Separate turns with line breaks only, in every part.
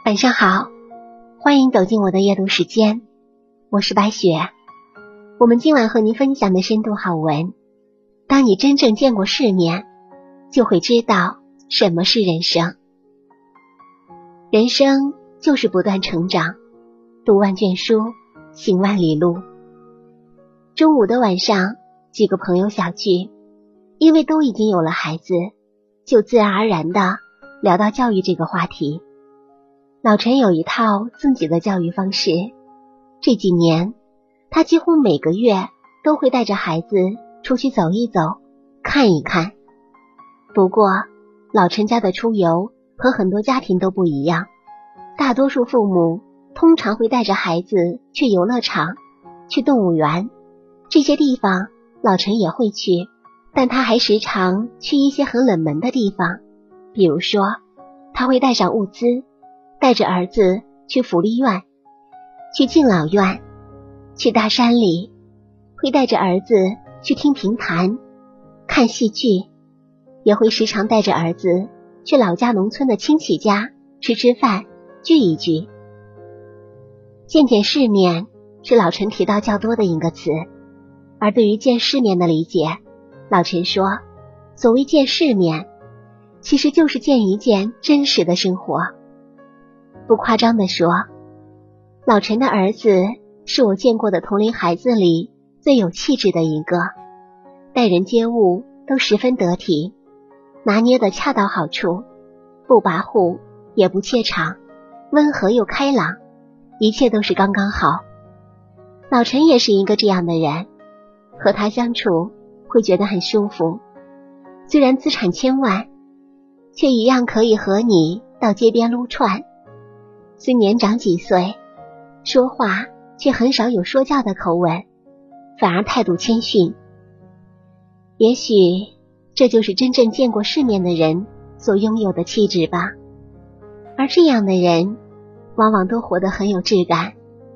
晚上好，欢迎走进我的阅读时间，我是白雪。我们今晚和您分享的深度好文，当你真正见过世面，就会知道什么是人生。人生就是不断成长，读万卷书，行万里路。中午的晚上，几个朋友小聚，因为都已经有了孩子，就自然而然地聊到教育这个话题。老陈有一套自己的教育方式，这几年他几乎每个月都会带着孩子出去走一走，看一看。不过老陈家的出游和很多家庭都不一样，大多数父母通常会带着孩子去游乐场，去动物园，这些地方老陈也会去，但他还时常去一些很冷门的地方。比如说他会带上物资，带着儿子去福利院，去敬老院，去大山里，会带着儿子去听评弹，看戏剧，也会时常带着儿子去老家农村的亲戚家吃饭，聚一聚。见见世面是老陈提到较多的一个词，而对于见世面的理解，老陈说，所谓见世面，其实就是见一见真实的生活。不夸张地说，老陈的儿子是我见过的同龄孩子里最有气质的一个，待人接物都十分得体，拿捏得恰到好处，不跋扈也不怯场，温和又开朗，一切都是刚刚好。老陈也是一个这样的人，和他相处会觉得很舒服。虽然资产千万，却一样可以和你到街边撸串。虽年长几岁，说话却很少有说教的口吻，反而态度谦逊。也许这就是真正见过世面的人所拥有的气质吧。而这样的人往往都活得很有质感。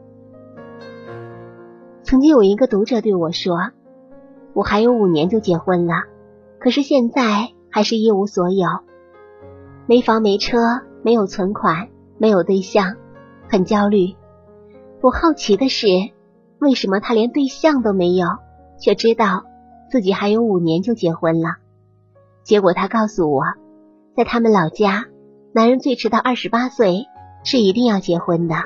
曾经有一个读者对我说，我还有5年就结婚了，可是现在还是一无所有，没房没车，没有存款，没有对象，很焦虑。我好奇的是，为什么他连对象都没有，却知道自己还有5年就结婚了。结果他告诉我，在他们老家，男人最迟到28岁是一定要结婚的。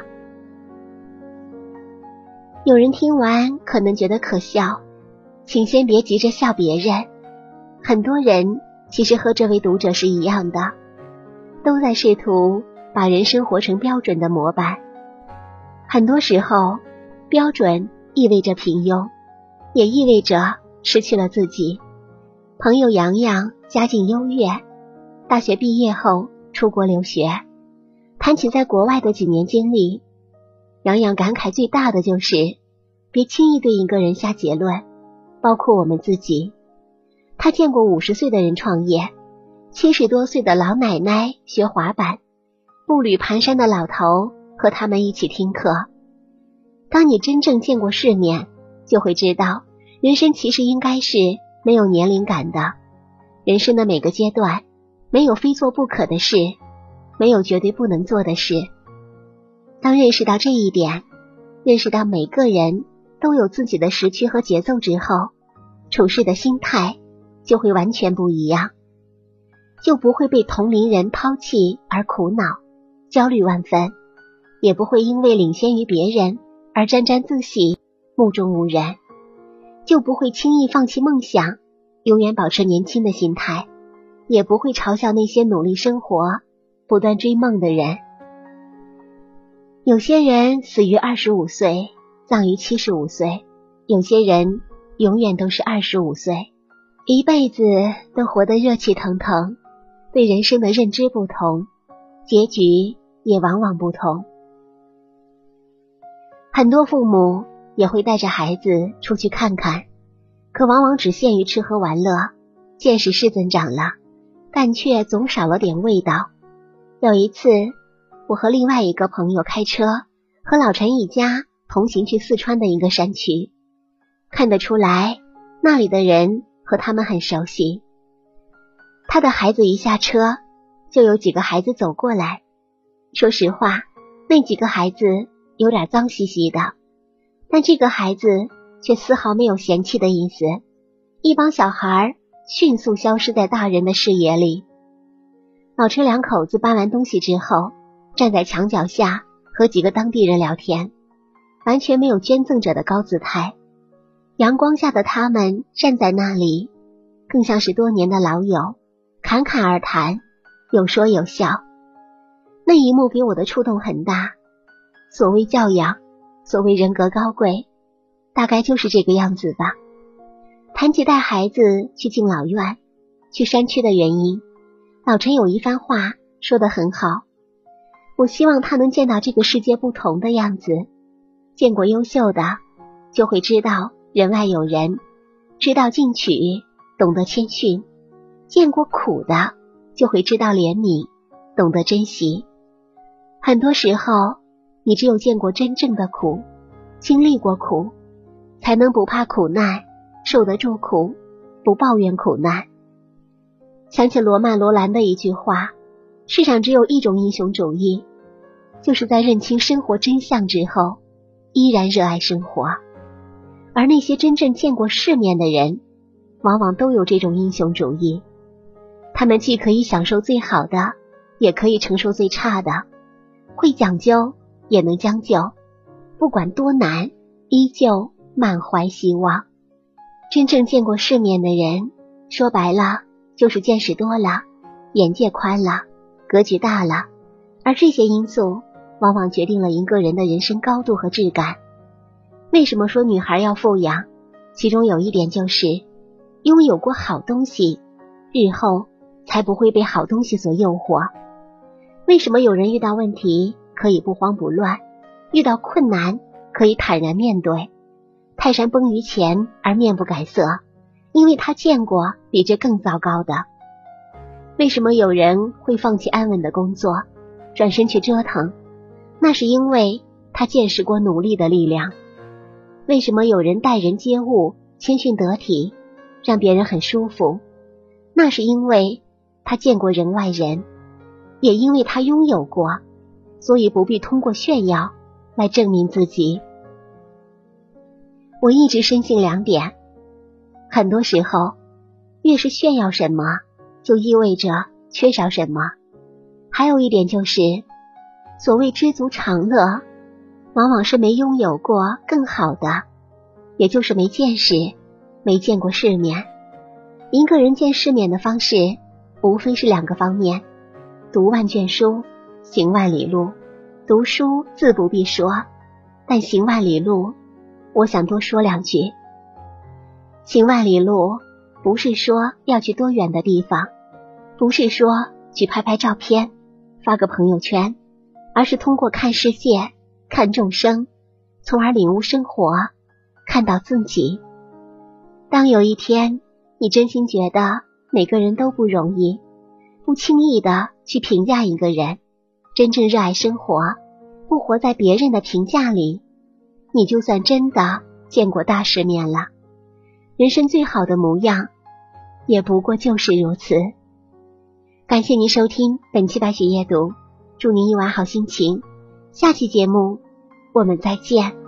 有人听完可能觉得可笑，请先别急着笑别人。很多人其实和这位读者是一样的，都在试图把人生活成标准的模板。很多时候，标准意味着平庸，也意味着失去了自己。朋友洋洋家境优越，大学毕业后出国留学，谈起在国外的几年经历，洋洋感慨最大的就是别轻易对一个人下结论，包括我们自己。他见过50岁的人创业，70多岁的老奶奶学滑板，步履蹒跚的老头和他们一起听课。当你真正见过世面，就会知道人生其实应该是没有年龄感的。人生的每个阶段，没有非做不可的事，没有绝对不能做的事。当认识到这一点，认识到每个人都有自己的时区和节奏之后，处事的心态就会完全不一样，就不会被同龄人抛弃而苦恼焦虑万分，也不会因为领先于别人而沾沾自喜目中无人，就不会轻易放弃梦想，永远保持年轻的心态，也不会嘲笑那些努力生活不断追梦的人。有些人死于25岁，葬于75岁，有些人永远都是25岁，一辈子都活得热气腾腾，对人生的认知不同，结局也往往不同。很多父母也会带着孩子出去看看，可往往只限于吃喝玩乐，见识是增长了，但却总少了点味道。有一次，我和另外一个朋友开车，和老陈一家同行去四川的一个山区，看得出来那里的人和他们很熟悉。他的孩子一下车，就有几个孩子走过来， 说实话，那几个孩子有点脏兮兮的，但这个孩子却丝毫没有嫌弃的意思。一帮小孩迅速消失在大人的视野里。老陈两口子搬完东西之后，站在墙角下和几个当地人聊天，完全没有捐赠者的高姿态。阳光下的他们站在那里，更像是多年的老友，侃侃而谈，有说有笑。那一幕给我的触动很大。所谓教养，所谓人格高贵，大概就是这个样子吧。谈起带孩子去敬老院，去山区的原因，老陈有一番话说得很好。我希望他能见到这个世界不同的样子，见过优秀的，就会知道人外有人，知道进取，懂得谦逊；见过苦的，就会知道怜悯，懂得珍惜。很多时候，你只有见过真正的苦，经历过苦，才能不怕苦难，受得住苦，不抱怨苦难。想起罗曼·罗兰的一句话，世上只有一种英雄主义，就是在认清生活真相之后，依然热爱生活。而那些真正见过世面的人，往往都有这种英雄主义。他们既可以享受最好的，也可以承受最差的，会讲究，也能将就，不管多难，依旧满怀希望。真正见过世面的人，说白了就是见识多了，眼界宽了，格局大了，而这些因素往往决定了一个人的人生高度和质感。为什么说女孩要富养？其中有一点就是拥有过好东西，日后才不会被好东西所诱惑。为什么有人遇到问题可以不慌不乱，遇到困难可以坦然面对，泰山崩于前而面不改色？因为他见过比这更糟糕的。为什么有人会放弃安稳的工作，转身去折腾？那是因为他见识过努力的力量。为什么有人待人接物谦逊得体，让别人很舒服？那是因为他见过人外人，也因为他拥有过，所以不必通过炫耀来证明自己。我一直深信两点，很多时候越是炫耀什么，就意味着缺少什么。还有一点就是，所谓知足常乐，往往是没拥有过更好的，也就是没见识，没见过世面。一个人见世面的方式无非是两个方面，读万卷书，行万里路。读书自不必说，但行万里路，我想多说两句。行万里路不是说要去多远的地方，不是说去拍拍照片发个朋友圈，而是通过看世界，看众生，从而领悟生活，看到自己。当有一天你真心觉得每个人都不容易，不轻易的去评价一个人，真正热爱生活，不活在别人的评价里，你就算真的见过大世面了。人生最好的模样也不过就是如此。感谢您收听本期白雪夜读，祝您一晚好心情，下期节目我们再见。